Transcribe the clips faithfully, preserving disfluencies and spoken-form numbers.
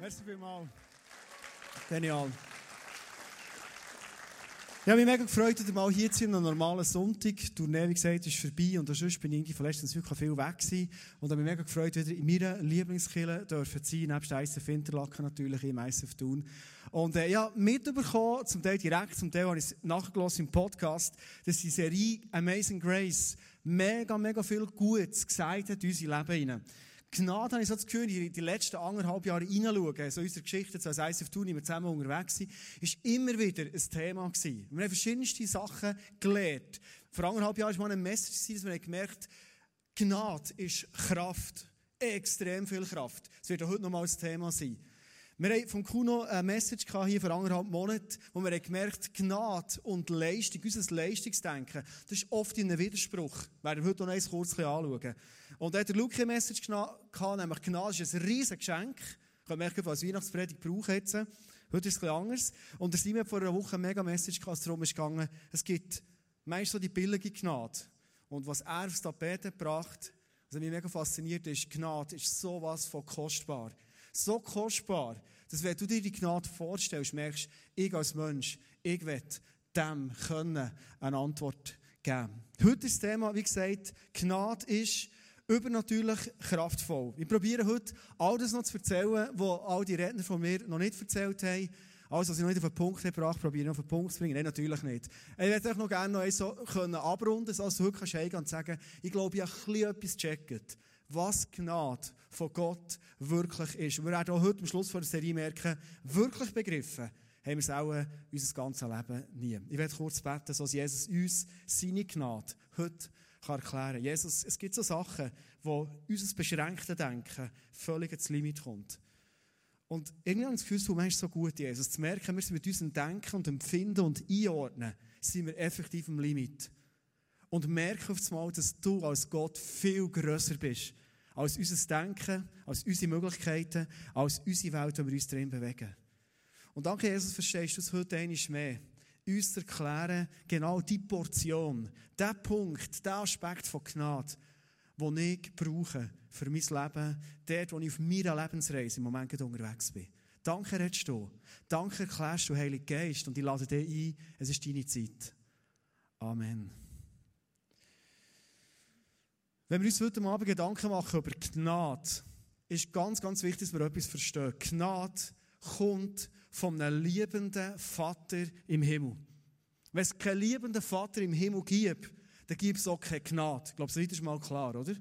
Merci vielmals. Genial. Ich habe mich mega gefreut, wieder mal hier zu sein, am normalen Sonntag. Die Tournee, wie gesagt, ist vorbei und sonst bin ich irgendwie von letztens wirklich viel weg gewesen. Und habe mich mega gefreut, wieder in meiner Lieblingskirche dürfen zu sein, nebst I S F Interlaken natürlich, im I S F Thun. Und äh, ja, mitbekommen, zum Teil direkt, zum Teil habe ich es nachgelassen im Podcast, dass die Serie Amazing Grace mega, mega viel Gutes gesagt hat in unser Leben hinein. Gnade, habe ich so das Gefühl, in die letzten anderthalb Jahre hineinschauen, so unsere Geschichte, so als I S F Thun, wir zusammen unterwegs waren, ist immer wieder ein Thema gewesen. Wir haben verschiedenste Sachen gelernt. Vor anderthalb Jahren war mal eine Message, dass wir gemerkt haben, Gnade ist Kraft. Extrem viel Kraft. Das wird auch heute nochmal ein Thema sein. Wir haben vom Kuno eine Message hier vor anderthalb Monaten, wo wir gemerkt haben, Gnade und Leistung, unser Leistungsdenken, das ist oft in einem Widerspruch. Wir werden heute noch eins kurz anschauen. Und er hat der Luke eine Message gehabt, nämlich Gnade ist ein riesiges Geschenk. Ich kann merken, was Weihnachtspredigt brauchen jetzt. Heute ist es ein bisschen anders. Und der Simon hat vor einer Woche eine mega Message gehabt, darum ist gegangen, es gibt meist so die billige Gnade. Und was er aufs Tapet gebracht, was mich mega fasziniert ist, Gnade ist sowas von kostbar. So kostbar, dass wenn du dir die Gnade vorstellst, merkst, ich als Mensch, ich will dem können eine Antwort geben. Heute ist das Thema, wie gesagt, Gnade ist übernatürlich kraftvoll. Ich probiere heute, all das noch zu erzählen, was all die Redner von mir noch nicht erzählt haben. Alles, was ich noch nicht auf den Punkt gebracht habe, probiere ich auf den Punkt zu bringen. Nein, natürlich nicht. Ich würde euch noch gerne noch so abrunden, sodass du heute hingehen und sagen, ich glaube, ich habe ein bisschen etwas gecheckt, was Gnade von Gott wirklich ist. Und wir werden auch heute am Schluss der Serie merken, wirklich begriffen haben wir es auch unser ganzes Leben nie. Ich werde kurz beten, dass Jesus uns seine Gnade heute kann erklären kann. Jesus, es gibt so Sachen, wo unser beschränktes Denken völlig ins Limit kommt. Und irgendwie habe ich das Gefühl, du meinst so gut, Jesus, zu merken, wir sind mit unserem Denken und Empfinden und Einordnen, sind wir effektiv am Limit. Und merke auf einmal, dass du als Gott viel grösser bist, als unser Denken, als unsere Möglichkeiten, als unsere Welt, in der wir uns drin bewegen. Und danke, Jesus, verstehst du es heute einmal mehr, uns zu erklären, genau die Portion, der Punkt, der Aspekt von Gnade, den ich brauche für mein Leben, dort, wo ich auf meiner Lebensreise im Moment unterwegs bin. Danke, redest du. Danke, erklärst du, Heiliger Geist, und ich lade dich ein, es ist deine Zeit. Amen. Wenn wir uns heute Abend Gedanken machen über Gnade, ist ganz, ganz wichtig, dass wir etwas verstehen. Gnade kommt von einem liebenden Vater im Himmel. Wenn es keinen liebenden Vater im Himmel gibt, dann gibt es auch keine Gnade. Ich glaube, das ist mal klar, oder?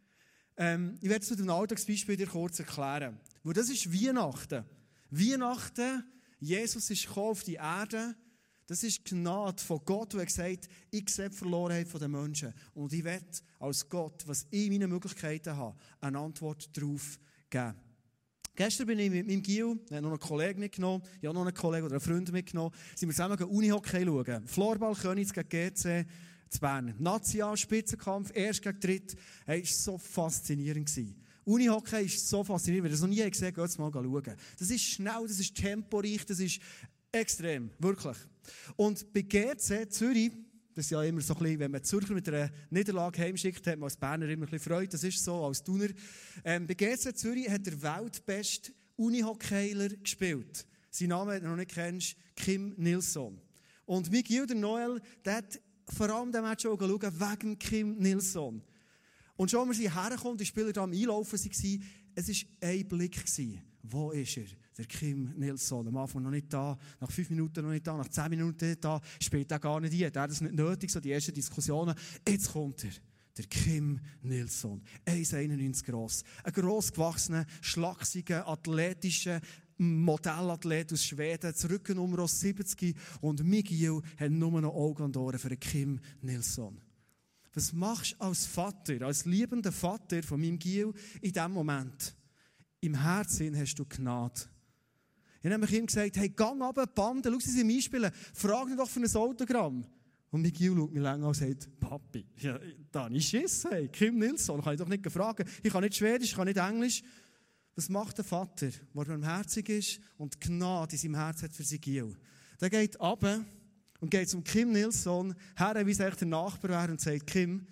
Ähm, ich werde es mit einem Alltagsbeispiel dir kurz erklären. Weil das ist Weihnachten. Weihnachten, Jesus ist gekommen auf die Erde. Das ist Gnade von Gott, der gesagt hat, ich sehe die Verlorenheit der Menschen. Und ich will als Gott, was ich in meinen Möglichkeiten habe, eine Antwort darauf geben. Gestern bin ich mit meinem Gil, ich habe noch einen Kollegen mitgenommen, ich habe noch einen Kollegen oder einen Freund mitgenommen, sind wir zusammen Unihockey schauen. Floorball Königs gegen G C zu Bern. National, Spitzenkampf, erst gegen dritt. Hey, es war so faszinierend. Unihockey ist so faszinierend, wenn ihr das noch nie gesehen habt, geht es mal schauen. Das ist schnell, das ist temporeich, das ist extrem, wirklich. Und bei G C Zürich, das ist ja immer so ein bisschen, wenn man Zürcher mit einer Niederlage heimschickt, hat man als Berner immer ein bisschen Freude, das ist so, als Thuner. Ähm, bei G C Zürich hat der weltbeste Unihockeyer gespielt. Sein Name, den du noch nicht kennst, Kim Nilsson. Und mein Gil, der Noel, der hat vor allem den Match auch geschaut, wegen Kim Nilsson. Und schon als wir hergekommen, die Spieler da am Einlaufen waren, es war ein Blick. Wo ist er? Der Kim Nilsson. Am Anfang noch nicht da, nach fünf Minuten noch nicht da, nach zehn Minuten nicht da, spielt er gar nicht ein. Der hat das nicht nötig, so die ersten Diskussionen. Jetzt kommt er, der Kim Nilsson. eins Komma einundneunzig gross. Ein gross gewachsener, schlachsiger, athletischer Modellathlet aus Schweden, Rückennummer siebzig. Und Miguel hat nur noch Augen und Ohren für den Kim Nilsson. Was machst du als Vater, als liebender Vater von meinem Gil in diesem Moment? Im Herzen hast du Gnade. Ich habe ihm gesagt, hey, gang runter, Bande, schau, sie sind einspielen, frag ihn doch für ein Autogramm. Und Miguel schaut mich länger an und sagt, Papi, ja, da habe ich Schiss, hey, Kim Nilsson, kann ich doch nicht fragen. Ich kann nicht Schwedisch, ich kann nicht Englisch. Was macht der Vater, der barmherzig ist und Gnade in seinem Herz hat für sein Gil? Der geht runter und geht zum Kim Nilsson her, wie es eigentlich der Nachbar wäre, und sagt, Kim,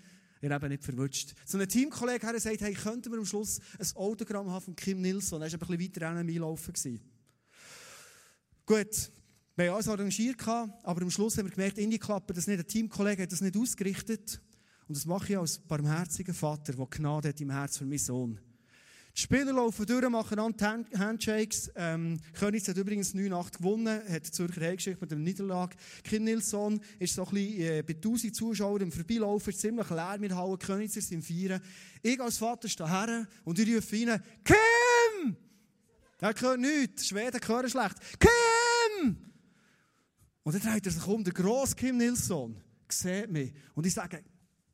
Ich habe eben nicht verwutscht. So ein Teamkollege hat gesagt, hey, könnten wir am Schluss ein Autogramm haben von Kim Nilsson? Er war ein bisschen weiter an mir laufen. Gut, wir haben alles arrangiert, aber am Schluss haben wir gemerkt, in die Klappe, das nicht ein Teamkollege hat das nicht ausgerichtet. Und das mache ich als barmherziger Vater, der Gnade hat im Herz für meinen Sohn. Die Spieler laufen durch, machen an Handshakes. Ähm, Königs hat übrigens neun acht gewonnen, hat die Zürcher heimgeschickt mit der Niederlage. Kim Nilsson ist so ein bisschen äh, bei tausend Zuschauern im Vorbeilaufen, ziemlich leer mit Hauen. Königs sind Feiern. Ich als Vater stehe her und ich rufe rein, Kim! Der hört nichts, Schweden hören schlecht. Kim! Und dann dreht er sich um, der grosse Kim Nilsson sieht mich. Und ich sage,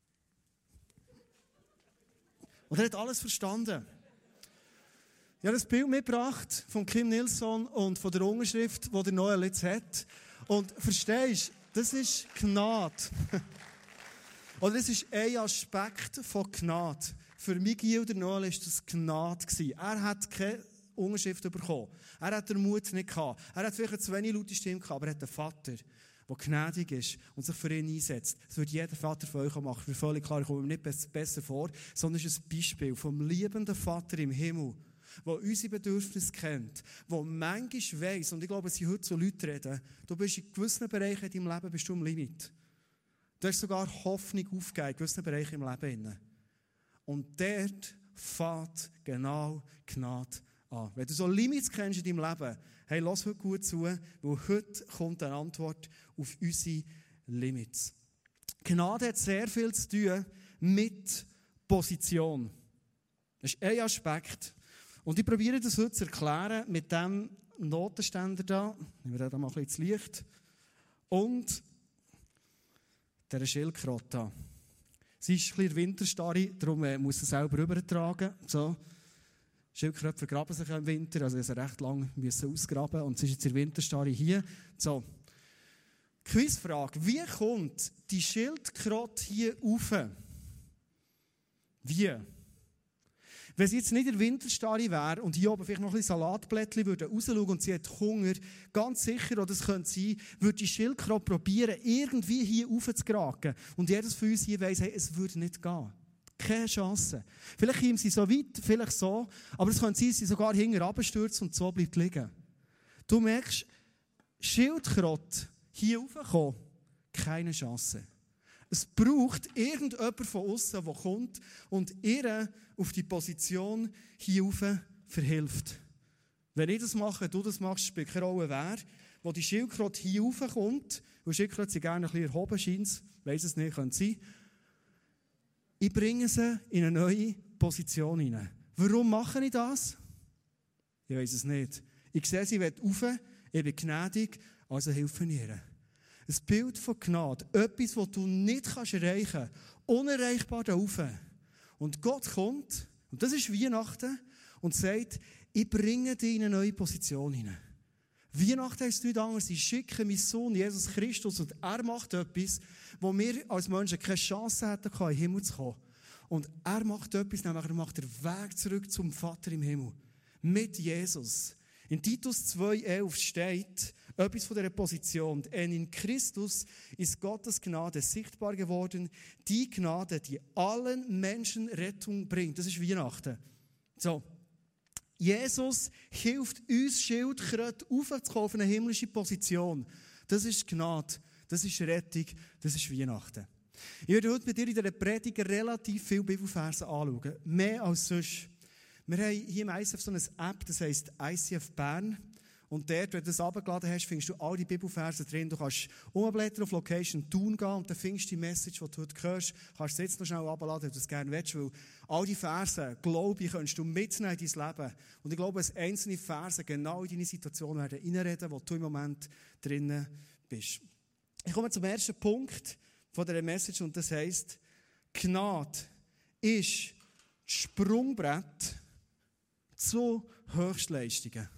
und er hat alles verstanden. Ich habe das Bild mitgebracht von Kim Nilsson und von der Unterschrift, die der Noel jetzt hat. Und verstehst du, das ist Gnade. Oder das ist ein Aspekt von Gnade. Für Migi und der Noel war das Gnade. Er hat keine Unterschrift bekommen. Er hat den Mut nicht gehabt. Er hat vielleicht eine zu wenig laute Stimme gehabt, aber er hat einen Vater, der gnädig ist und sich für ihn einsetzt. Das würde jeder Vater von euch machen. Für völlig klar, ich komme mir nicht besser vor, sondern es ist ein Beispiel vom liebenden Vater im Himmel, der unsere Bedürfnisse kennt, der manchmal weiss, und ich glaube, dass heute so Leute reden, du bist in gewissen Bereichen in deinem Leben bist du am Limit. Du hast sogar Hoffnung aufgegeben in gewissen Bereichen im Leben. Und dort fängt genau Gnade an. Wenn du so Limits kennst in deinem Leben, hey, lass heute gut zu, weil heute kommt eine Antwort auf unsere Limits. Gnade hat sehr viel zu tun mit Position. Das ist ein Aspekt. Und ich probiere das heute zu erklären mit diesem Notenständer da. Nehmen wir da mal ein bisschen ins Licht. Und dieser Schildkröte da. Sie ist ein bisschen Winterstarre, darum muss sie selber rübertragen. So. Schildkröte vergraben sich im Winter, also sie recht lange müssen ausgraben. Und sie ist jetzt in der Winterstarre hier. So. Quizfrage. Wie kommt die Schildkröte hier rauf? Wie? Wenn sie jetzt nicht in der Winterstarre wäre und hier oben vielleicht noch ein bisschen Salatblättchen würde rausschauen und sie hat Hunger, ganz sicher, oder es könnte sein, würde die Schildkröte probieren, irgendwie hier raufzugeraten. Und jedes von uns hier weiss, hey, es würde nicht gehen. Keine Chance. Vielleicht kommen sie so weit, vielleicht so, aber es könnte sein, dass sie sogar hinten runterstürzt und so bleibt liegen. Du merkst, Schildkröte hier raufkommen, keine Chance. Es braucht irgendjemand von außen, der kommt und ihr auf die Position hier rauf verhilft. Wenn ich das mache, du das machst, spielt keine Rolle wer, wo die Schildkröte hier raufkommt, weil Schildkröte sie gerne ein bisschen erhoben scheint, weiss es nicht, könnte sein. Ich bringe sie in eine neue Position hinein. Warum mache ich das? Ich weiss es nicht. Ich sehe, sie will rauf, ich bin gnädig, also helfe ich ihr. Ein Bild von Gnade, etwas, das du nicht kannst erreichen kannst, unerreichbar da rauf. Und Gott kommt, und das ist Weihnachten, und sagt, ich bringe dich in eine neue Position hinein. Weihnachten heisst nichts anderes, ich schicke meinen Sohn Jesus Christus und er macht etwas, wo wir als Menschen keine Chance hätten, in den Himmel zu kommen. Und er macht etwas, nämlich er macht den Weg zurück zum Vater im Himmel. Mit Jesus. In Titus zwei elf steht etwas von dieser Position. Denn in Christus ist Gottes Gnade sichtbar geworden. Die Gnade, die allen Menschen Rettung bringt. Das ist Weihnachten. So. Jesus hilft uns Schildkröte aufzukommen auf eine himmlische Position. Das ist Gnade. Das ist Rettung. Das ist Weihnachten. Ich werde heute mit dir in dieser Predigt relativ viele Bibelverse anschauen. Mehr als sonst. Wir haben hier im I C F so eine App, das heisst I C F Bern. Und dort, wenn du das runtergeladen hast, findest du all die Bibelverse drin. Du kannst umblättern auf Location Thun gehen und dann findest du die Message, die du heute hörst. Du kannst sie jetzt noch schnell runterladen, wenn du das gerne willst. Weil all die Verse, glaube ich, kannst du mitnehmen in dein Leben. Und ich glaube, dass einzelne Verse genau in deine Situation werden reinreden, wo du im Moment drinnen bist. Ich komme zum ersten Punkt von dieser Message und das heisst, Gnade ist das Sprungbrett zu Höchstleistungen.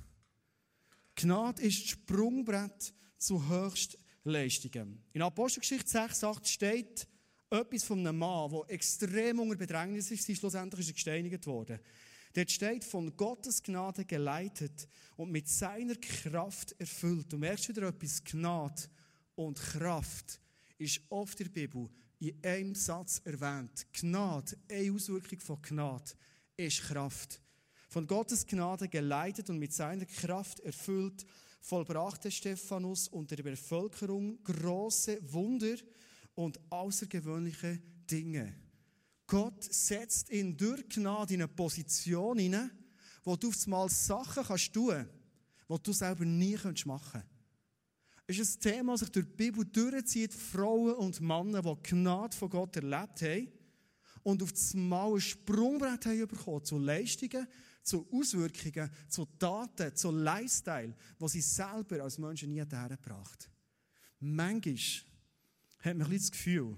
Gnade ist das Sprungbrett zu Höchstleistungen. In Apostelgeschichte sechs acht steht etwas von einem Mann, der extrem unter Bedrängnis ist, schlussendlich ist er gesteinigt worden. Dort steht, von Gottes Gnade geleitet und mit seiner Kraft erfüllt. Du merkst wieder etwas, Gnade und Kraft ist oft in der Bibel in einem Satz erwähnt. Gnade, eine Auswirkung von Gnade, ist Kraft. Von Gottes Gnade geleitet und mit seiner Kraft erfüllt, vollbrachte Stephanus unter der Bevölkerung große Wunder und außergewöhnliche Dinge. Gott setzt ihn durch Gnade in eine Position hinein, wo du auf einmal Sachen kannst tun, die du selber nie machen kannst. Es ist ein Thema, das sich durch die Bibel durchzieht, Frauen und Männer, die Gnade von Gott erlebt haben und auf einmal ein Sprungbrett haben bekommen zu Leistungen, zu Auswirkungen, zu Taten, zu Lifestyle, die sie selber als Menschen nie hergebracht haben. Manchmal hat man ein bisschen das Gefühl,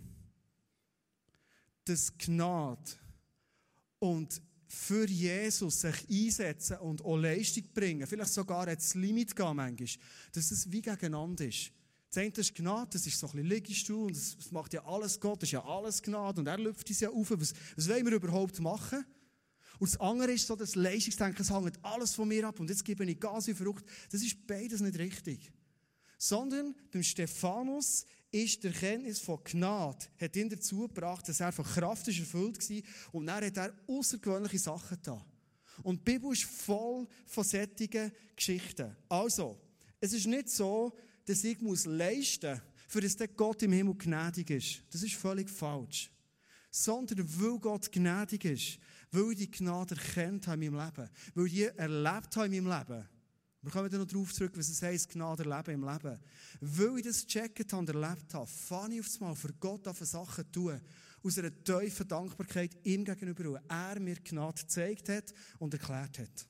dass Gnade und für Jesus sich einsetzen und auch Leistung bringen, vielleicht sogar ins Limit gehen manchmal, dass es wie gegeneinander ist. Das eine ist Gnade, das ist so ein bisschen Liegestuhl und das macht ja alles Gott, das ist ja alles Gnade und er lüpft uns ja auf. Was, was wollen wir überhaupt machen? Und das andere ist so, das Leistungsdenken, es hängt alles von mir ab und jetzt gebe ich Gas wie verrückt. Das ist beides nicht richtig. Sondern beim Stephanus ist die Erkenntnis von Gnade, hat ihn dazu gebracht, dass er von Kraft ist erfüllt war und dann hat er außergewöhnliche Sachen getan. Und die Bibel ist voll von solchen Geschichten. Also, es ist nicht so, dass ich muss leisten muss, für dass der Gott im Himmel gnädig ist. Das ist völlig falsch. Sondern weil Gott gnädig ist, weil ich die Gnade erkannt habe in meinem Leben, weil ich die erlebt habe in meinem Leben. Wir kommen dann noch darauf zurück, was es heisst, Gnade erleben im Leben. Weil ich das gecheckt habe und erlebt habe, fange ich auf einmal für Gott an Sachen zu tun, aus einer tiefen Dankbarkeit ihm gegenüber, weil er mir Gnade gezeigt hat und erklärt hat.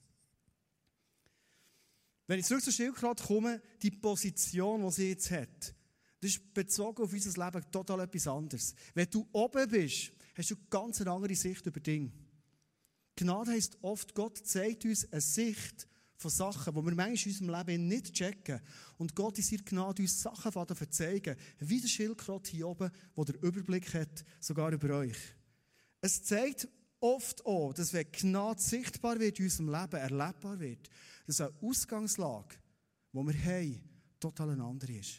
Wenn ich zurück zur Schildkröte komme, die Position, die sie jetzt hat, das ist bezogen auf unser Leben total etwas anderes. Wenn du oben bist, hast du ganz eine andere Sicht über Dinge. Gnade heisst oft, Gott zeigt uns eine Sicht von Sachen, die wir manchmal in unserem Leben nicht checken. Und Gott in seiner Gnade uns Sachen zu zeigen, wie der Schildkröte hier oben, der den Überblick hat, sogar über euch. Es zeigt oft auch, dass wenn Gnade sichtbar wird in unserem Leben, erlebbar wird, dass eine Ausgangslage, die wir haben, total eine andere ist.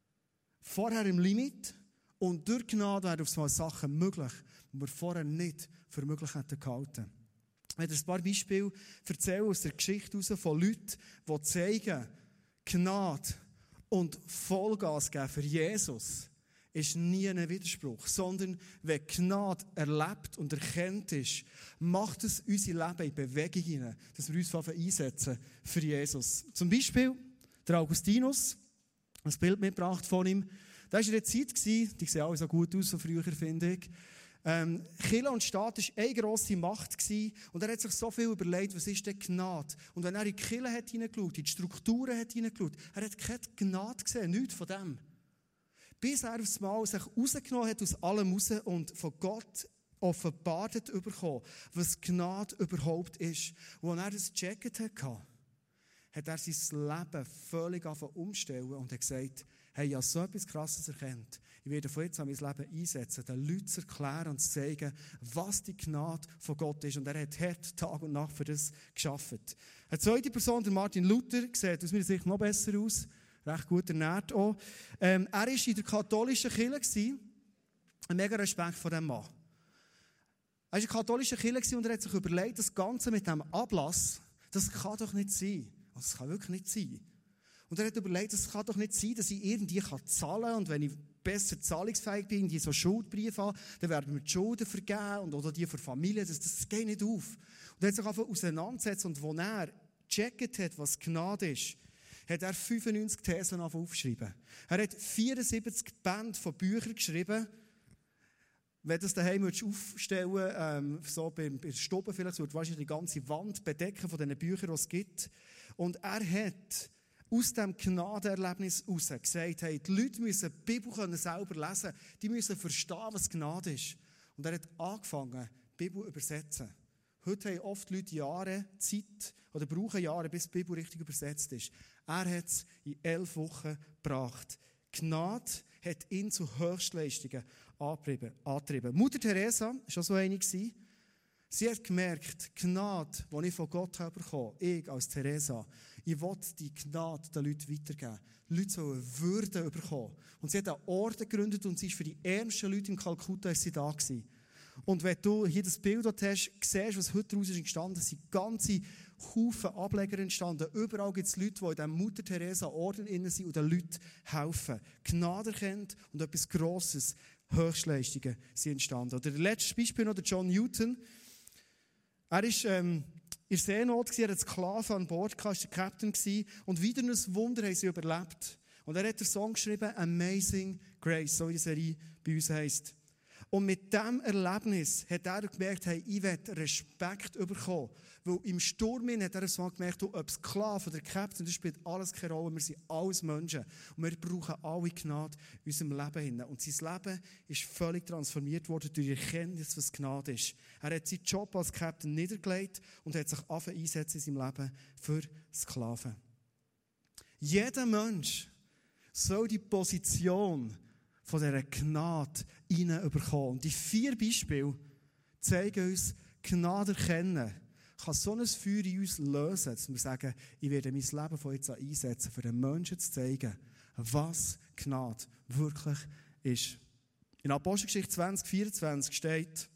Vorher im Limit und durch Gnade werden auf einmal Sachen möglich, die wir vorher nicht für möglich hätten gehalten. Ich werde ein paar Beispiele erzählen aus der Geschichte heraus von Leuten, die zeigen, Gnade und Vollgas geben für Jesus ist nie ein Widerspruch, sondern wenn Gnade erlebt und erkannt ist, macht es unser Leben in Bewegung hinein, dass wir uns einsetzen für Jesus. Zum Beispiel der Augustinus, ein Bild mitgebracht von ihm. Da war in einer Zeit, die sehen alle so gut aus, so früher, finde ich. Ähm, Kirche und Staat war eine grosse Macht gewesen, und er hat sich so viel überlegt, was ist denn Gnade? Und wenn er in die Kirche hat hineingeschaut, in die Strukturen hat hineingeschaut, er hat keine Gnade gesehen, nichts von dem. Bis er aufs Mal sich rausgenommen hat aus allem raus und von Gott offenbart hat bekommen, was Gnade überhaupt ist. Und als er das gecheckt hat, hat er sein Leben völlig umstellen und hat gesagt, hey, ich habe so etwas Krasses erkannt. Ich werde von jetzt an mein Leben einsetzen, den Leuten zu erklären und zu zeigen, was die Gnade von Gott ist. Und er hat hart Tag und Nacht für das geschafft. Eine zweite Person, der Martin Luther, sieht aus meiner Sicht noch besser aus. Recht gut ernährt auch. Ähm, er war in der katholischen Kirche. Ein mega Respekt vor diesem Mann. Er war in der katholischen Kirche und er hat sich überlegt, das Ganze mit diesem Ablass, das kann doch nicht sein. Das kann wirklich nicht sein. Und er hat überlegt, es kann doch nicht sein, dass ich irgendwie zahlen kann und wenn ich besser zahlungsfähig bin, die so Schuldbriefe habe, dann werden mir die Schulden vergeben und oder die für Familie, das, das geht nicht auf. Und er hat sich einfach auseinandergesetzt und als er gecheckt hat, was Gnade ist, hat er fünfundneunzig Thesen aufgeschrieben. Er hat vierundsiebzig Bände von Büchern geschrieben. Wenn du das daheim aufstellen würdest, ähm, so bei, bei Stube vielleicht, so würde wahrscheinlich die ganze Wand bedecken von diesen Büchern, die es gibt. Und er hat aus diesem Gnadenerlebnis heraus gesagt, hey, die Leute müssen die Bibel können selber lesen, die müssen verstehen, was Gnade ist. Und er hat angefangen, die Bibel zu übersetzen. Heute haben oft Leute Jahre Zeit oder brauchen Jahre, bis die Bibel richtig übersetzt ist. Er hat es in elf Wochen gebracht. Gnade hat ihn zu Höchstleistungen angetrieben. Mutter Teresa war auch so eine. Sie hat gemerkt, die Gnade, die ich von Gott habe bekommen, ich als Teresa, ich will die Gnade den Leuten weitergeben. Die Leute sollen Würde bekommen. Und sie hat einen Ort gegründet und sie ist für die ärmsten Leute in Kalkutta ist sie da gewesen. Und wenn du hier das Bild hast, siehst, was heute daraus ist entstanden, sind ganze Haufen Ableger entstanden. Überall gibt es Leute, die in diesem Mutter Teresa Orden innen sind und den Leuten helfen. Gnade erkennt und etwas Grosses, Höchstleistungen sind entstanden. Oder das letzte Beispiel noch, der John Newton. Er war ähm, in Seenot, er hatte Sklaven an Bord, er war der Captain und wieder ein Wunder haben sie überlebt. Und er hat den Song geschrieben, Amazing Grace, so wie die Serie bei uns heisst. Und mit diesem Erlebnis hat er gemerkt, hey, ich will Respekt bekommen. Weil im Sturm hat er so gemerkt, ob Sklave oder Captain, das spielt alles keine Rolle. Wir sind alles Menschen. Und wir brauchen alle Gnade in unserem Leben hin. Und sein Leben ist völlig transformiert worden durch die Erkenntnis, was Gnade ist. Er hat seinen Job als Captain niedergelegt und hat sich angefangen einsetzen in seinem Leben für Sklaven. Jeder Mensch soll die Position von dieser Gnade hineinbekommen. Und die vier Beispiele zeigen uns, Gnade erkennen kann so ein Feuer in uns lösen, dass wir sagen, ich werde mein Leben von jetzt an einsetzen, für den Menschen zu zeigen, was Gnade wirklich ist. In Apostelgeschichte zwanzig vierundzwanzig steht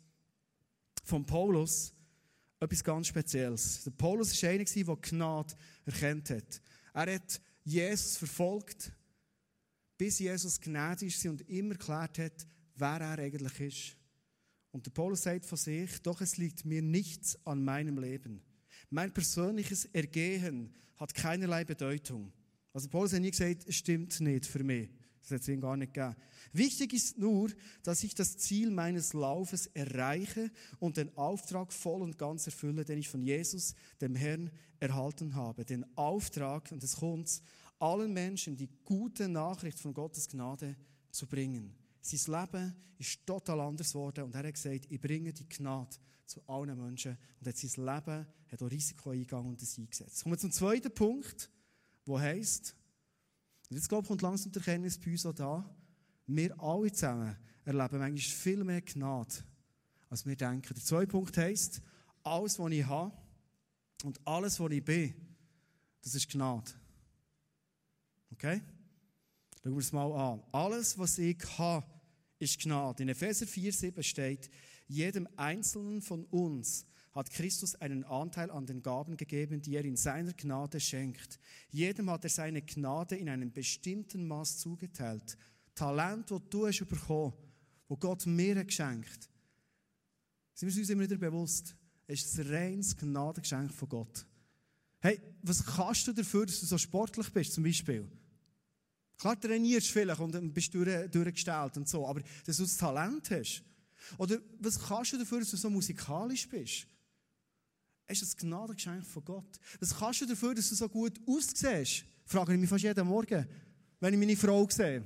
von Paulus etwas ganz Spezielles. Der Paulus war einer, der Gnade erkannt hat. Er hat Jesus verfolgt, bis Jesus gnädig war und immer erklärt hat, wer er eigentlich ist. Und der Paulus sagt von sich, doch es liegt mir nichts an meinem Leben. Mein persönliches Ergehen hat keinerlei Bedeutung. Also Paulus hat nie gesagt, es stimmt nicht für mich. Das hat es ihm gar nicht gegeben. Wichtig ist nur, dass ich das Ziel meines Laufes erreiche und den Auftrag voll und ganz erfülle, den ich von Jesus, dem Herrn, erhalten habe. Den Auftrag, und es kommt, allen Menschen die gute Nachricht von Gottes Gnade zu bringen. Sein Leben ist total anders geworden und er hat gesagt, ich bringe die Gnade zu allen Menschen und hat sein Leben, hat auch Risiko eingegangen und das eingesetzt. Kommen wir zum zweiten Punkt, der heisst, und jetzt glaube ich, kommt langsam die Erkenntnis bei uns auch da, wir alle zusammen erleben manchmal viel mehr Gnade, als wir denken. Der zweite Punkt heisst, alles, was ich habe und alles, was ich bin, das ist Gnade. Okay? Schauen wir es mal an. Alles, was ich habe, ist Gnade. In Epheser vier sieben steht, jedem Einzelnen von uns hat Christus einen Anteil an den Gaben gegeben, die er in seiner Gnade schenkt. Jedem hat er seine Gnade in einem bestimmten Maß zugeteilt. Talent, das du hast bekommen, das Gott mir hat geschenkt. Sind wir uns immer wieder bewusst, es ist ein reines Gnadengeschenk von Gott. Hey, was kannst du dafür, dass du so sportlich bist, zum Beispiel? Klar trainierst du vielleicht und bist durch, durchgestellt und so, aber dass du das Talent hast. Oder was kannst du dafür, dass du so musikalisch bist? Es ist ein Gnadengeschenk von Gott. Was kannst du dafür, dass du so gut aussiehst? Frage ich mich fast jeden Morgen, wenn ich meine Frau sehe.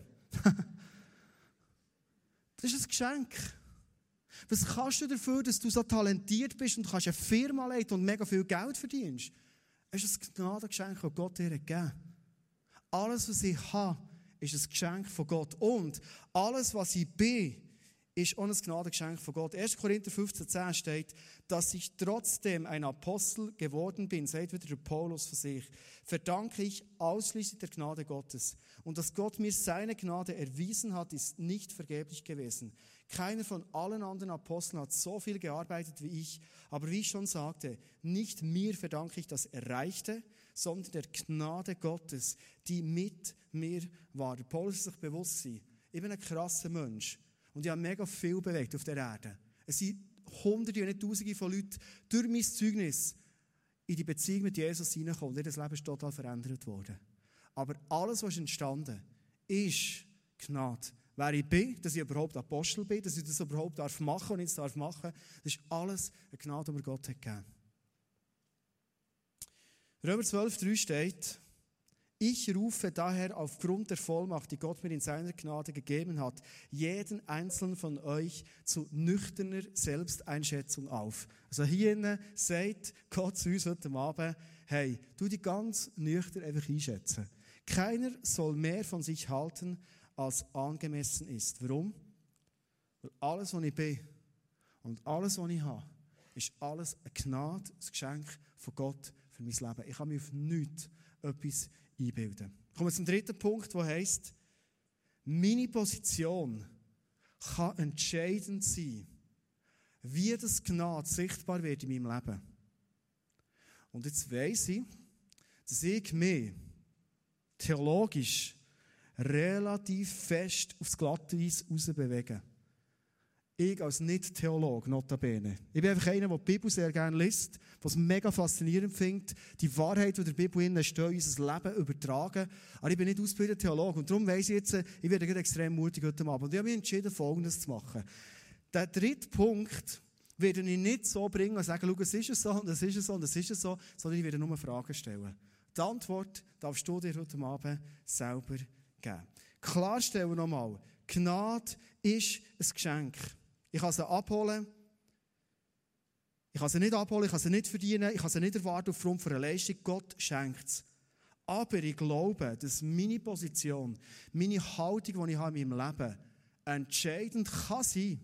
Das ist ein Geschenk. Was kannst du dafür, dass du so talentiert bist und kannst eine Firma leiten und mega viel Geld verdienst? Es ist ein Gnadengeschenk, das Gott dir gegeben hat. Alles, was ich habe, ist ein Geschenk von Gott. Und alles, was ich bin, ist auch ein Gnadengeschenk von Gott. erster Korinther fünfzehn zehn steht, dass ich trotzdem ein Apostel geworden bin, sagt wieder der Paulus von sich, verdanke ich ausschließlich der Gnade Gottes. Und dass Gott mir seine Gnade erwiesen hat, ist nicht vergeblich gewesen. Keiner von allen anderen Aposteln hat so viel gearbeitet wie ich. Aber wie ich schon sagte, nicht mir verdanke ich das Erreichte, sondern der Gnade Gottes, die mit mir war. Der Paulus ist sich bewusst sein, ich bin ein krasser Mensch. Und ich habe mega viel bewegt auf der Erde. Es sind Hunderte, wenn nicht Tausende von Leuten durch mein Zeugnis in die Beziehung mit Jesus hineingekommen. Und ihr Leben ist total verändert worden. Aber alles, was ist entstanden, ist Gnade. Wer ich bin, dass ich überhaupt Apostel bin, dass ich das überhaupt machen darf und nicht darf machen, das ist alles eine Gnade, die mir Gott hat gegeben. Römer zwölf drei steht, ich rufe daher aufgrund der Vollmacht, die Gott mir in seiner Gnade gegeben hat, jeden einzelnen von euch zu nüchterner Selbsteinschätzung auf. Also hier sagt Gott zu uns heute Abend, hey, tu dich ganz nüchtern einfach einschätzen. Keiner soll mehr von sich halten, als angemessen ist. Warum? Weil alles, was ich bin und alles, was ich habe, ist alles eine Gnade, ein Geschenk von Gott für mein Leben. Ich kann mir auf nichts etwas einbilden. Kommen wir zum dritten Punkt, der heisst, meine Position kann entscheidend sein, wie das Gnade sichtbar wird in meinem Leben. Und jetzt weiss ich, dass ich mich theologisch relativ fest aufs Glatteis raus bewege. Ich als Nicht-Theologe, notabene. Ich bin einfach einer, der die Bibel sehr gerne liest, was mega faszinierend findet, die Wahrheit, die in der Bibel steht, in unser Leben übertragen. Aber ich bin nicht ausgebildeter Theologe. Und darum weiss ich jetzt, ich werde extrem mutig heute Abend. Und ich habe mich entschieden, Folgendes zu machen. Der dritte Punkt werde ich nicht so bringen und sagen, schau, es ist so, und es ist so, und es ist so, sondern ich werde nur Fragen stellen. Die Antwort darfst du dir heute Abend selber geben. Klarstellen nochmal, Gnade ist ein Geschenk. Ich kann sie abholen, ich kann sie nicht abholen, ich kann sie nicht verdienen, ich kann sie nicht erwarten aufgrund von einer Leistung. Gott schenkt es. Aber ich glaube, dass meine Position, meine Haltung, die ich habe in meinem Leben, entscheidend kann sein,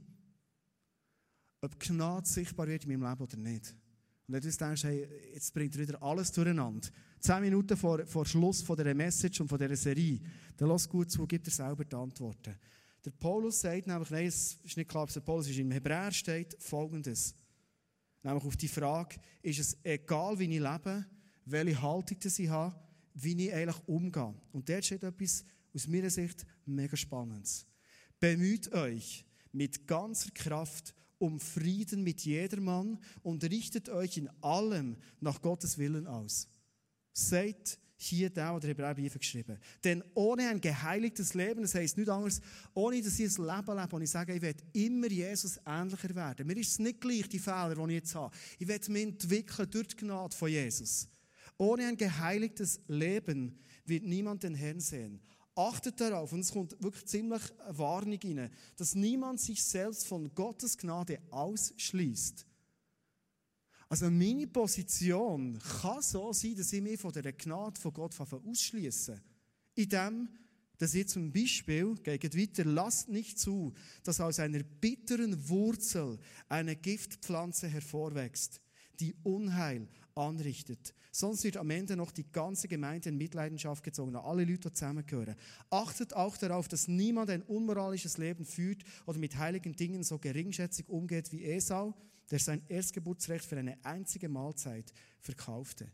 ob Gnade sichtbar wird in meinem Leben oder nicht. Und wenn du denkst, hey, jetzt bringt er wieder alles durcheinander. Zehn Minuten vor, vor Schluss von dieser Message und von dieser Serie, dann lass gut zu, gib dir selber die Antworten. Der Paulus sagt nämlich, nein, es ist nicht klar, ob es der Paulus ist, im Hebräer steht Folgendes. Nämlich auf die Frage, ist es egal, wie ich lebe, welche Haltung ich habe, wie ich eigentlich umgehe. Und dort steht etwas aus meiner Sicht mega Spannendes. Bemüht euch mit ganzer Kraft um Frieden mit jedermann und richtet euch in allem nach Gottes Willen aus. Seid hier der, der Hebräerbrief geschrieben. Denn ohne ein geheiligtes Leben, das heisst nichts anderes, ohne dass ich ein Leben lebe, und ich sage, ich werde immer Jesus ähnlicher werden. Mir ist es nicht gleich, die Fehler, die ich jetzt habe. Ich werde mich entwickeln durch die Gnade von Jesus. Ohne ein geheiligtes Leben wird niemand den Herrn sehen. Achtet darauf, und es kommt wirklich ziemlich eine Warnung rein, dass niemand sich selbst von Gottes Gnade ausschließt. Also meine Position kann so sein, dass ich mich von der Gnade von Gott ausschließe. Indem, dass ich zum Beispiel, geht weiter, lasst nicht zu, dass aus einer bitteren Wurzel eine Giftpflanze hervorwächst, die Unheil anrichtet. Sonst wird am Ende noch die ganze Gemeinde in Mitleidenschaft gezogen, alle Leute, die zusammengehören. Achtet auch darauf, dass niemand ein unmoralisches Leben führt oder mit heiligen Dingen so geringschätzig umgeht wie Esau, der sein Erstgeburtsrecht für eine einzige Mahlzeit verkaufte.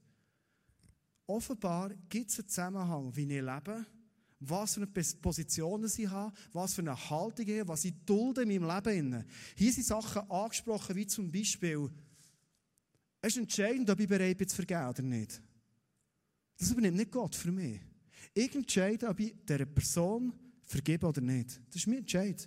Offenbar gibt es einen Zusammenhang, wie ich lebe, was für eine Position ich habe, was für eine Haltung ich habe, was ich dulde in meinem Leben. Hier sind Sachen angesprochen, wie zum Beispiel, es ist entscheidend, ob ich bereit bin zu vergeben oder nicht. Das übernimmt nicht Gott für mich. Ich entscheide, ob ich dieser Person vergebe oder nicht. Das ist mein Entscheid.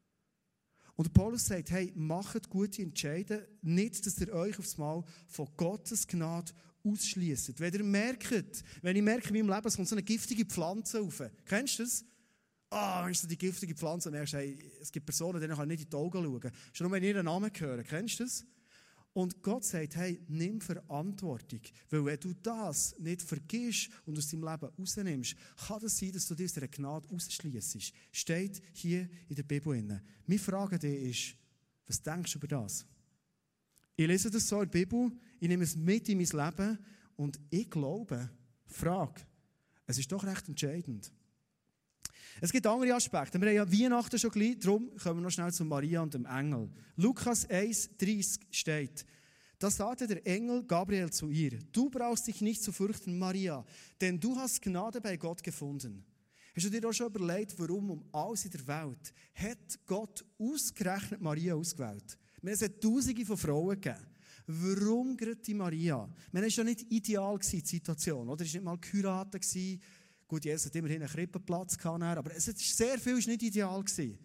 Und Paulus sagt, hey, macht gute Entscheidungen, nicht, dass ihr euch aufs Mal von Gottes Gnade ausschliesst. Wenn ihr merkt, wenn ich merke in meinem Leben, es kommt so eine giftige Pflanze rauf. Kennst du das? Ah, wenn du so die giftige Pflanze merkst, hey, es gibt Personen, denen kann ich nicht in die Augen schauen. Schon nur, wenn ich ihren Namen höre. Kennst du das? Und Gott sagt, hey, nimm Verantwortung. Weil wenn du das nicht vergisst und aus deinem Leben rausnimmst, kann es sein, dass du dich aus dieser Gnade rausschliessest. Steht hier in der Bibel. Meine Frage dich ist, was denkst du über das? Ich lese das so in der Bibel, ich nehme es mit in mein Leben und ich glaube, frage, es ist doch recht entscheidend. Es gibt andere Aspekte. Wir haben ja Weihnachten schon gleich, darum kommen wir noch schnell zu Maria und dem Engel. Lukas eins dreißig steht, da sagte der Engel Gabriel zu ihr, du brauchst dich nicht zu fürchten, Maria, denn du hast Gnade bei Gott gefunden. Hast du dir auch schon überlegt, warum um alles in der Welt hat Gott ausgerechnet Maria ausgewählt? Wir haben es Tausende von Frauen gegeben. Warum gerade die Maria? Es war ja nicht ideal, die Situation. Oder? Es war nicht mal geheiratet. Gut, Jesus hat immerhin einen Krippenplatz gehabt, aber es war sehr viel nicht ideal.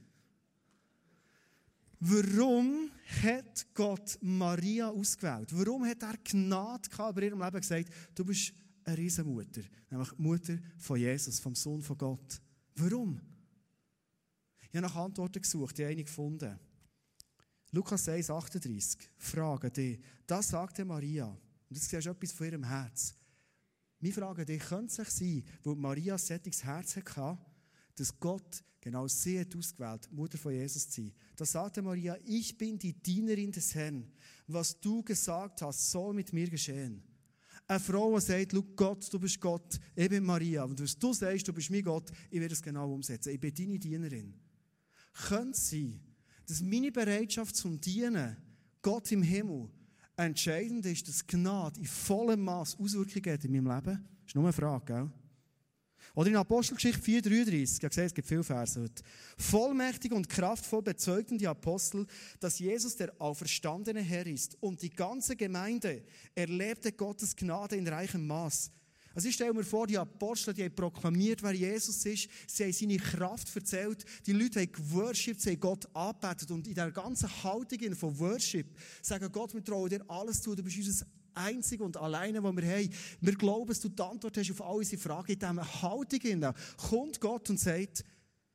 Warum hat Gott Maria ausgewählt? Warum hat er Gnade gehabt bei ihrem Leben gesagt, du bist eine Riesenmutter, nämlich die Mutter von Jesus, vom Sohn von Gott? Warum? Ich habe nach Antworten gesucht, ich habe eine gefunden. Lukas eins achtunddreißig, Frage dich, das sagte Maria, und jetzt siehst du etwas von ihrem Herz. Meine Frage dich, könnte es sein, weil Maria ein solches Herz hatte, dass Gott genau sie hat ausgewählt, Mutter von Jesus zu sein. Da sagte Maria, ich bin die Dienerin des Herrn. Was du gesagt hast, soll mit mir geschehen. Eine Frau, die sagt, schau Gott, du bist Gott, ich bin Maria. Und was du sagst, du bist mein Gott, ich werde es genau umsetzen. Ich bin deine Dienerin. Könnte es sein, dass meine Bereitschaft zum Dienen, Gott im Himmel, entscheidend ist, dass Gnade in vollem Maß Auswirkungen hat in meinem Leben? Das ist nur eine Frage, gell? Oder in Apostelgeschichte vier dreiunddreißig, ich habe gesehen, es gibt viele Verse heute. Vollmächtig und kraftvoll bezeugten die Apostel, dass Jesus der auferstandene Herr ist. Und die ganze Gemeinde erlebte Gottes Gnade in reichem Maß. Also ich stelle mir vor, die Apostel, die haben proklamiert, wer Jesus ist. Sie haben seine Kraft erzählt. Die Leute haben geworshipped, sie haben Gott angebetet. Und in dieser ganzen Haltung von Worship sagen Gott, wir trauen dir alles zu, du bist unser Einzige und alleine, was wir haben. Wir glauben, dass du die Antwort hast auf all unsere Fragen. In dieser Haltung kommt Gott und sagt,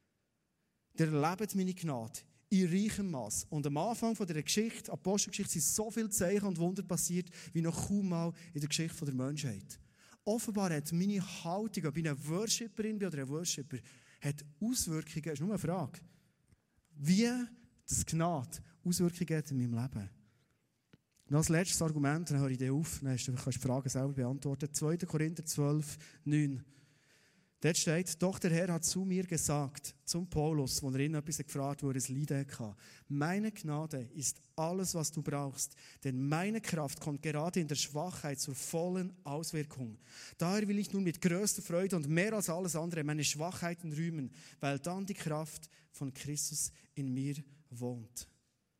ihr erlebt meine Gnade in reichem Maß. Und am Anfang von dieser Geschichte, Apostelgeschichte, sind so viele Zeichen und Wunder passiert, wie noch kaum mal in der Geschichte der Menschheit. Offenbar hat meine Haltung, ob ich eine Worshipperin bin oder ein Worshipper, hat Auswirkungen. Das ist nur eine Frage. Wie das Gnade Auswirkungen hat in meinem Leben. Noch als letztes Argument, dann höre ich dir auf, dann kannst du die Frage selber beantworten. zweiter Korinther zwölf, neun. Dort steht, doch der Herr hat zu mir gesagt, zum Paulus, wo er ihn etwas gefragt hat, wo er ein Leiden hatte. Meine Gnade ist alles, was du brauchst, denn meine Kraft kommt gerade in der Schwachheit zur vollen Auswirkung. Daher will ich nun mit größter Freude und mehr als alles andere meine Schwachheiten rühmen, weil dann die Kraft von Christus in mir wohnt.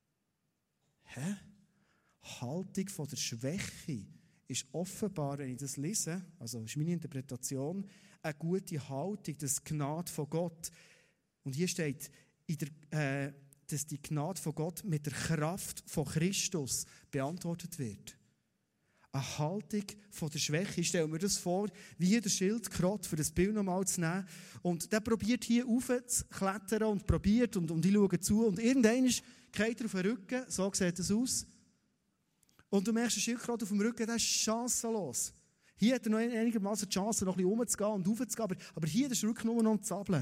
Hä? Haltung von der Schwäche ist offenbar, wenn ich das lese, also ist meine Interpretation, eine gute Haltung, das Gnade von Gott. Und hier steht, in der, äh, dass die Gnade von Gott mit der Kraft von Christus beantwortet wird. Eine Haltung von der Schwäche. Ich stelle mir das vor, wie hier der Schildkröte, für das Bild nochmal zu nehmen. Und der probiert hier rauf zu klettern und probiert und, und ich schaue zu. Und irgendwann geht er auf den Rücken, so sieht es aus. Und du merkst, der Schildkröte auf dem Rücken, der ist chancenlos. Hier hat er noch einigermaßen die Chance, noch ein bisschen rumzugehen und raufzugehen, aber, aber hier ist der Rücken nur noch zu zappeln.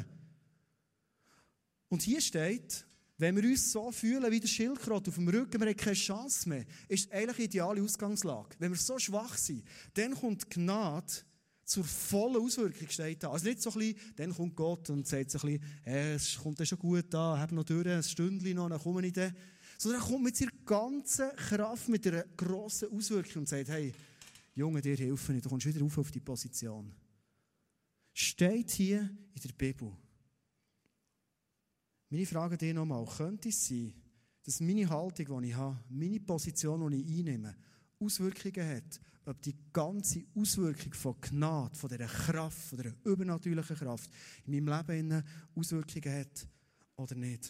Und hier steht, wenn wir uns so fühlen wie der Schildkröte auf dem Rücken, wir haben keine Chance mehr, ist eigentlich eine ideale Ausgangslage. Wenn wir so schwach sind, dann kommt Gnade zur vollen Auswirkung, steht da. Also nicht so ein bisschen, dann kommt Gott und sagt so ein bisschen, hey, es kommt dann schon gut an, hab noch durch, ein Stündchen noch, dann komme ich dann. Sondern er kommt mit seiner ganzen Kraft, mit einer grossen Auswirkung und sagt, hey, Junge, dir helfe ich, du kommst wieder auf auf die Position. Steht hier in der Bibel. Meine Frage dir nochmal, könnte es sein, dass meine Haltung, die ich habe, meine Position, die ich einnehme, Auswirkungen hat, ob die ganze Auswirkung von Gnade, von dieser Kraft, von dieser übernatürlichen Kraft in meinem Leben Auswirkungen hat oder nicht?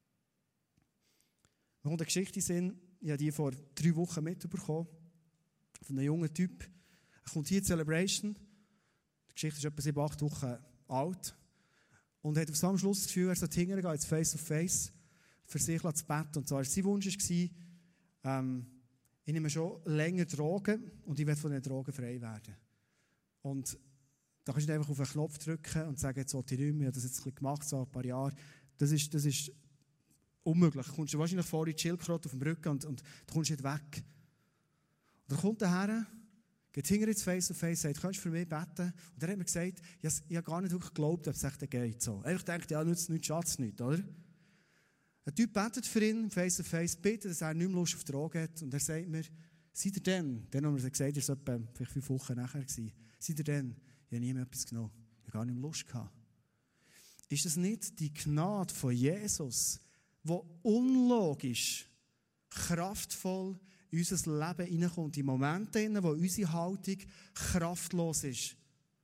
Mir kommt eine Geschichte in den Sinn, ich habe die vor drei Wochen mitbekommen, von einem jungen Typ. Er kommt hier in Celebration, die Geschichte ist etwa sieben, acht Wochen alt, und hat auf so am Schluss das Gefühl, er sollte hingehen, jetzt face to face, für sich zu beten. Und zwar war sein Wunsch, ähm, ich nehme schon länger Drogen und ich werde von den Drogen frei werden. Und da kannst du nicht einfach auf einen Knopf drücken und sagen, jetzt sollte ich nicht mehr, ich habe das jetzt ein bisschen gemacht, so ein paar Jahre. Das ist, das ist unmöglich. Du kommst wahrscheinlich vor in die Schildkröte auf dem Rücken und, und du kommst nicht weg. Und er kommt daher, geht hinter ins Face-to-Face, sagt, kannst du für mich beten? Und er hat mir gesagt, ich habe gar nicht wirklich geglaubt, ob es echt geht. So. Ich dachte, ja, nützt nichts, schadet nichts, oder? Ein Typ betet für ihn, Face-to-Face, bittet, dass er nicht mehr Lust auf Drogen hat. Und er sagt mir, seid ihr denn, dann haben wir gesagt, das war etwa vielleicht fünf Wochen nachher, gewesen, seid ihr denn, ich habe nie mehr etwas genommen, ich habe gar nicht mehr Lust gehabt. Ist das nicht die Gnade von Jesus, die unlogisch, kraftvoll in unser Leben hineinkommt, in Momente, in wo unsere Haltung kraftlos ist?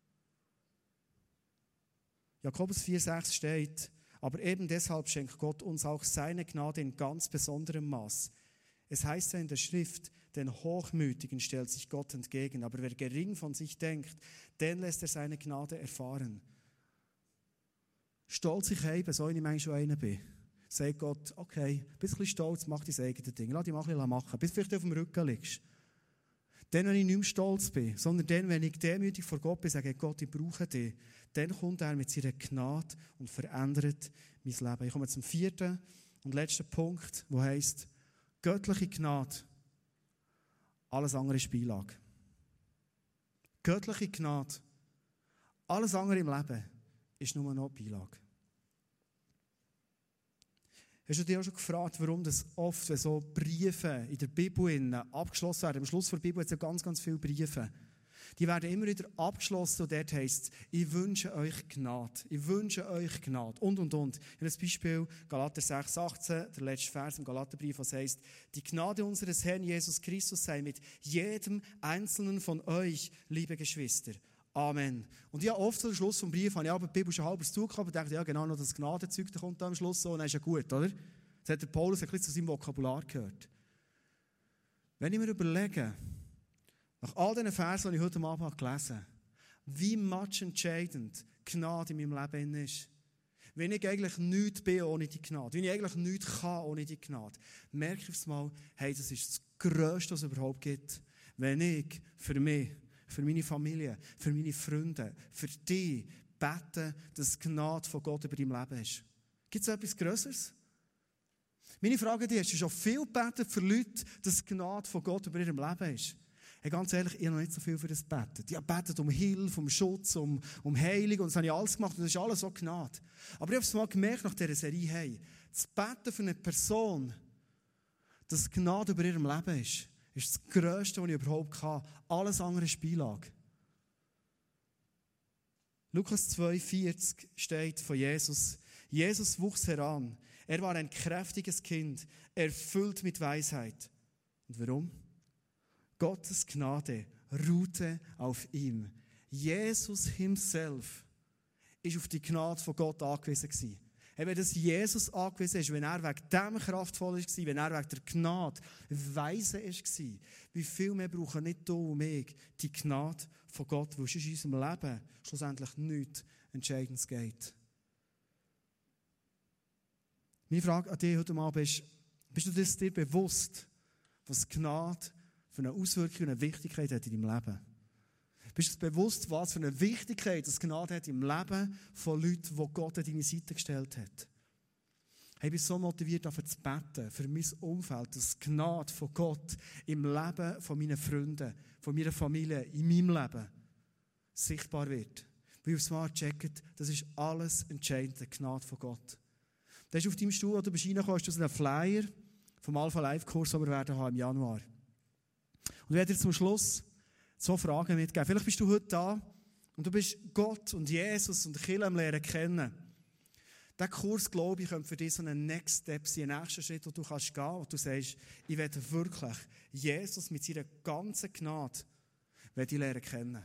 Jakobus vier sechs steht, aber eben deshalb schenkt Gott uns auch seine Gnade in ganz besonderem Maß. Es heißt ja in der Schrift, den Hochmütigen stellt sich Gott entgegen, aber wer gering von sich denkt, den lässt er seine Gnade erfahren. Stolz ich hebe, so ich manchmal schon einer bin. Sagt Gott, okay, bist ein bisschen stolz, mach dein eigenes Ding, lass dich mal ein bisschen machen, bis du vielleicht auf dem Rücken liegst. Dann, wenn ich nicht mehr stolz bin, sondern dann, wenn ich demütig vor Gott bin, sage Gott, ich brauche dich, dann kommt er mit seiner Gnade und verändert mein Leben. Ich komme zum vierten und letzten Punkt, der heisst, göttliche Gnade, alles andere ist Beilage. Göttliche Gnade, alles andere im Leben ist nur noch Beilage. Hast du dich auch schon gefragt, warum das oft, wenn so Briefe in der Bibel abgeschlossen werden, am Schluss der Bibel hat es ja ganz, ganz viele Briefe, die werden immer wieder abgeschlossen und dort heisst es, ich wünsche euch Gnade, ich wünsche euch Gnade und, und, und. Ich habe ein Beispiel, Galater sechs, achtzehn, der letzte Vers im Galaterbrief, was heisst, die Gnade unseres Herrn Jesus Christus sei mit jedem Einzelnen von euch, liebe Geschwister. Amen. Und ja, oft am Schluss des Briefs habe ich aber die Bibel schon halb zugehört und dachte, ja genau, noch das Gnadenzeug, da kommt da am Schluss so, und dann ist ja gut, oder? Das hat der Paulus ein bisschen zu seinem Vokabular gehört. Wenn ich mir überlege, nach all diesen Versen, die ich heute Abend gelesen habe, wie much entscheidend Gnade in meinem Leben ist. Wenn ich eigentlich nichts bin ohne die Gnade, wenn ich eigentlich nichts kann ohne die Gnade, merke ich aufs Mal, hey, das ist das Größte, was es überhaupt gibt. Wenn ich für mich, für meine Familie, für meine Freunde, für dich bete, dass die Gnade von Gott über dein Leben ist. Gibt es etwas Grösseres? Meine Frage ist, hast du schon viel gebetet für Leute, dass die Gnade von Gott über ihrem Leben ist? Hey, ganz ehrlich, ich habe noch nicht so viel für das gebetet. Ich habe gebetet um Hilfe, um Schutz, um, um Heilung und das habe ich alles gemacht und das ist alles so Gnade. Aber ich habe es mal gemerkt nach dieser Serie, hey, das Beten für eine Person, dass Gnade über ihrem Leben ist, ist das Grösste, was ich überhaupt kann. Alles andere ist Beilage. Lukas zwei vierzig steht von Jesus. Jesus wuchs heran. Er war ein kräftiges Kind, erfüllt mit Weisheit. Und warum? Gottes Gnade ruhte auf ihm. Jesus himself ist auf die Gnade von Gott angewiesen gewesen. Wenn das Jesus angewiesen ist, wenn er wegen dem kraftvoll war, wenn er wegen der Gnade weise war, wie viel mehr brauchen nicht du und mich die Gnade von Gott, weil es in unserem Leben schlussendlich nichts Entscheidendes geht. Meine Frage an dich heute Abend ist, bist du dir bewusst, was Gnade für eine Auswirkung und eine Wichtigkeit hat in deinem Leben? Bist du dir bewusst, was für eine Wichtigkeit das Gnade hat im Leben von Leuten, die Gott an deine Seite gestellt hat? Ich bin so motiviert, dafür zu beten, für mein Umfeld, dass die Gnade von Gott im Leben von meinen Freunden, von meiner Familie, in meinem Leben sichtbar wird. Weil aufs Mal checken, das ist alles entscheidend, die Gnade von Gott. Da ist auf deinem Stuhl, wo du reinkommst, hast du einen Flyer vom Alpha Life Kurs, den wir werden haben im Januar. Und ich werde dir zum Schluss so Fragen mitgeben. Vielleicht bist du heute da und du bist Gott und Jesus und die Kirche am Lernen kennen. Dieser Kurs, glaube ich, könnte für dich so ein Next Step sein, ein nächster Schritt, wo du kannst gehen und du sagst, ich werde wirklich Jesus mit seiner ganzen Gnade ich lernen kennen.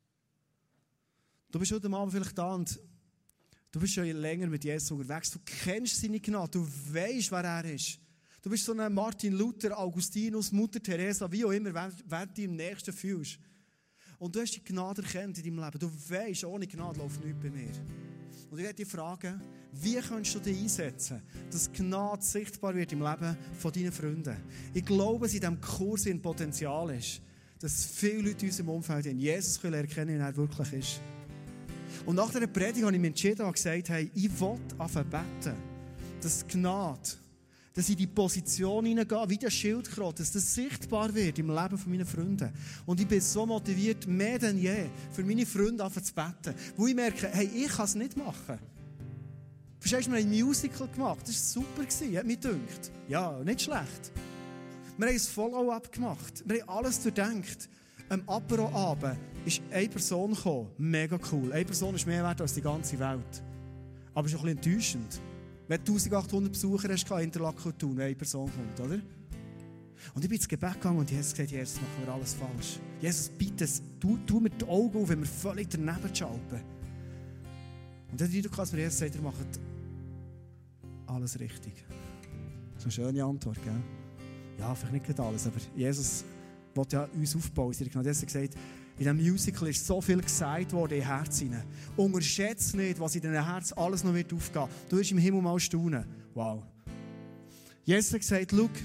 Du bist heute Abend vielleicht da und du bist schon länger mit Jesus unterwegs. Du kennst seine Gnade, du weißt, wer er ist. Du bist so ein Martin Luther, Augustinus, Mutter Teresa, wie auch immer, wer, wer du im Nächsten fühlst. Und du hast die Gnade erkannt in deinem Leben. Du weisst, ohne Gnade läuft nichts bei mir. Und ich werde dich fragen, wie kannst du dich einsetzen, dass Gnade sichtbar wird im Leben von deinen Freunden? Ich glaube, dass in diesem Kurs ein Potenzial ist, dass viele Leute in unserem Umfeld in Jesus erkennen, wie er wirklich ist. Und nach dieser Predigt habe ich mich entschieden und gesagt, hey, ich will anfangen beten, dass Gnade, dass ich in die Position hineingehe, wie der Schildkröte, dass das sichtbar wird im Leben von meinen Freunden. Und ich bin so motiviert, mehr denn je, für meine Freunde anfangen zu beten. Wo ich merke, hey, ich kann es nicht machen. Verstehst du, wir haben ein Musical gemacht, das war super, hat mich gedacht. Ja, nicht schlecht. Wir haben ein Follow-up gemacht, wir haben alles durchdenkt. Am Apero-Abend ist eine Person gekommen, mega cool. Eine Person ist mehr wert als die ganze Welt. Aber es ist auch ein bisschen enttäuschend. Wenn du eintausendachthundert Besucher hast, kann Interlaken tun, wenn eine Person kommt, oder? Und ich bin ins Gebet gegangen und Jesus gesagt, Jesus, machen wir alles falsch. Jesus, bitte, tu, tu mir die Augen auf, wenn wir völlig daneben schalten. Und dann hat er mir Jesus gesagt, ihr macht alles richtig. Das ist eine schöne Antwort, gell? Ja, vielleicht nicht alles, aber Jesus will ja uns aufbauen. Er hat gesagt, in diesem Musical ist so viel gesagt worden in Herz hinein. Unterschätze nicht, was in deinem Herz alles noch wird aufgehen. Du wirst im Himmel mal staunen. Wow. Jesus hat gesagt, schau,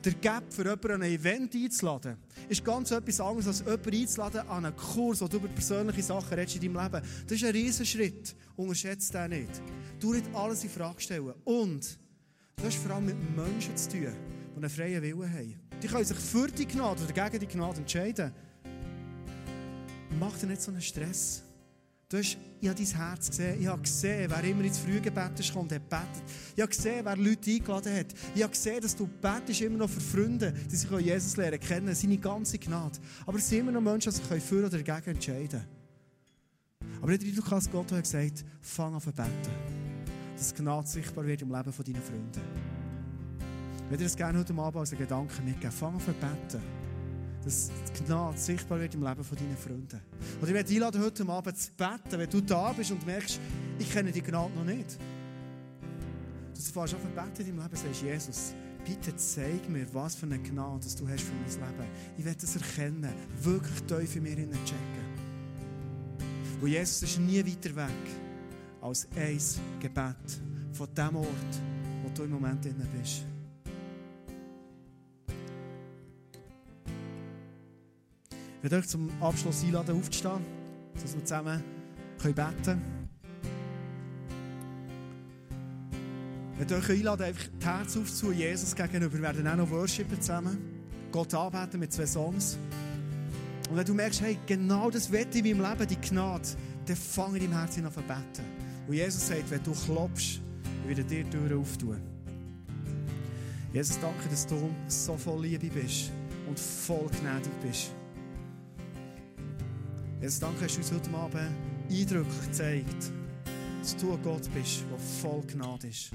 Der Gap für jemanden an ein Event einzuladen, ist ganz etwas anderes, als jemanden einzuladen an einen Kurs, wo du über persönliche Sachen redest in deinem Leben. Das ist ein Riesenschritt. Unterschätze den nicht. Du nicht alles in Frage stellen. Und du hast vor allem mit Menschen zu tun, die einen freien Willen haben. Die können sich für die Gnade oder gegen die Gnade entscheiden. Mach dir nicht so einen Stress. Du hast, ich habe dein Herz gesehen. Ich habe gesehen, wer immer ins Frühgebet ist gekommen, hat gebetet. Ich habe gesehen, wer Leute eingeladen hat. Ich habe gesehen, dass du betest immer noch für Freunde, die sich Jesus lernen kennen, seine ganze Gnade. Aber es sind immer noch Menschen, die sich für oder dagegen entscheiden können. Aber nicht wie du kannst, Gott hat gesagt, fang an zu beten. Dass Gnade sichtbar wird im Leben deiner Freunde. Ich würde dir das gerne heute Abend als einen Gedanken mitgeben. Fang an zu beten. Dass die Gnade sichtbar wird im Leben deiner Freunde. Und ich werde einladen, heute Abend zu beten, wenn du da bist und merkst, ich kenne die Gnade noch nicht. Dass du fährst an zu beten in deinem Leben, sagst, Jesus, bitte zeig mir, was für eine Gnade du hast für mein Leben. Ich will das erkennen, wirklich tief in mir checken. Und Jesus ist nie weiter weg als ein Gebet von dem Ort, wo du im Moment drin bist. Ich werde euch zum Abschluss einladen, aufzustehen, dass wir zusammen beten können. Ich werde euch einladen, einfach das Herz aufzutun, Jesus gegenüber. Wir werden auch noch worshipen zusammen, Gott anbeten mit zwei Songs. Und wenn du merkst, hey, genau das will ich in meinem Leben, die Gnade, dann fange in deinem Herzen an zu beten. Und Jesus sagt, wenn du klopfst, wird dir die Türen auftun. Jesus, danke, dass du so voll Liebe bist und voll gnädig bist. Jesus, danke, dass du uns heute Abend eindrücklich gezeigt, dass du ein Gott bist, der voll Gnade ist.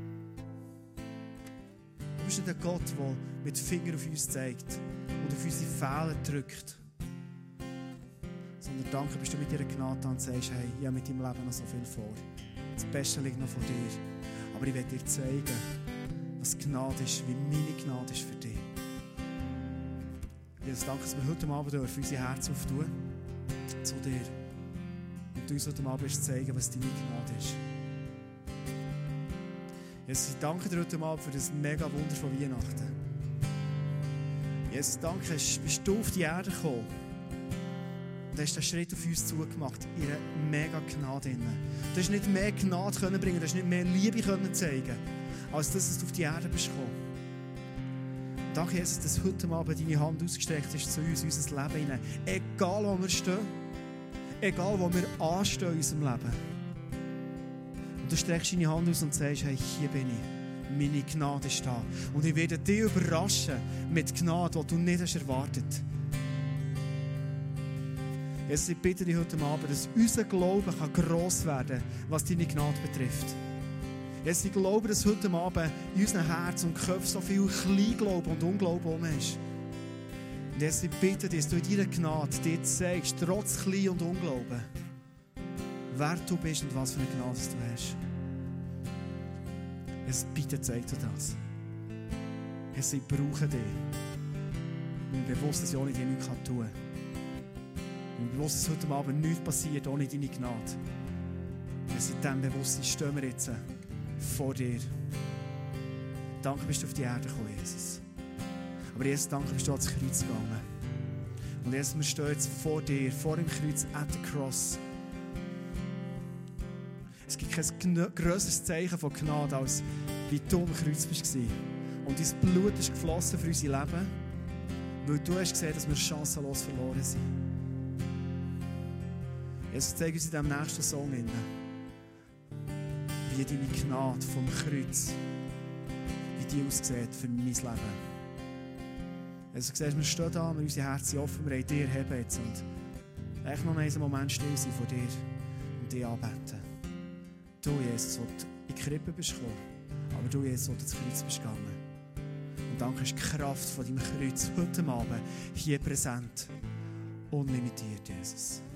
Du bist nicht ein Gott, der mit dem Finger auf uns zeigt und auf unsere Fehler drückt. Sondern danke, bist du mit deiner Gnade da und sagst, hey, ich habe mit deinem Leben noch so viel vor. Das Beste liegt noch vor dir. Aber ich werde dir zeigen, was Gnade ist, wie meine Gnade ist für dich. Jesus, danke, dass wir heute Abend dürfen unser Herz auftun zu dir. Und du uns heute Abend wirst zeigen, was deine Gnade ist. Jesus, ich danke dir heute Abend für das mega Wunder von Weihnachten. Jesus, danke, bist du auf die Erde gekommen und hast den Schritt auf uns zugemacht, in einer mega Gnade. Du hast nicht mehr Gnade können bringen, du hast nicht mehr Liebe können zeigen, als dass du auf die Erde bist gekommen. Danke, Jesus, dass heute Abend deine Hand ausgestreckt ist zu uns, in unser Leben hinein. Egal, wo wir stehen, egal, wo wir anstehen in unserem Leben. Und du streckst deine Hand aus und sagst, hey, hier bin ich. Meine Gnade ist da. Und ich werde dich überraschen mit Gnade, die du nicht hast erwartet. Jesus, ich bitte dich heute Abend, dass unser Glaube kann gross werden kann, was deine Gnade betrifft. Jesus, ich glaube, dass heute Abend in unserem Herz und Köpfen so viel Kleinglauben und Unglauben um ist. Und Jesus, ich bitte dich, dass du in deiner Gnade dir zeigst, trotz Klein und Unglauben, wer du bist und was für eine Gnade du hast. Jesus, bitte zeig dir das. Jesus, ich brauche dich. Ich bin bewusst, dass ich ohne dich nichts tun kann. Ich bin bewusst, dass heute Abend nichts passiert ohne deine Gnade. Jesus, in diesem Bewusstsein stehen wir jetzt vor dir. Danke, bist du auf die Erde gekommen, Jesus. Aber Jesus, danke, bist du ans Kreuz gegangen. Und Jesus, wir stehen jetzt vor dir, vor dem Kreuz, at the cross. Es gibt kein grösseres Zeichen von Gnade, als wie du am Kreuz warst. Und dein Blut ist geflossen für unser Leben, weil du hast gesehen, dass wir chancenlos verloren sind. Jesus, zeig uns in diesem nächsten Song hin, wie deine Gnade vom Kreuz, wie die aussieht für mein Leben. Also, du siehst, wir stehen da, wir unsere Herzen offen, wir haben dir heben jetzt und echt noch einen Moment still sein vor dir und dich anbeten. Du, Jesus, der in die Krippe bist gekommen, aber du, Jesus, der ins Kreuz bist gegangen. Und danke, ist die Kraft von deinem Kreuz heute Abend hier präsent, unlimitiert, Jesus.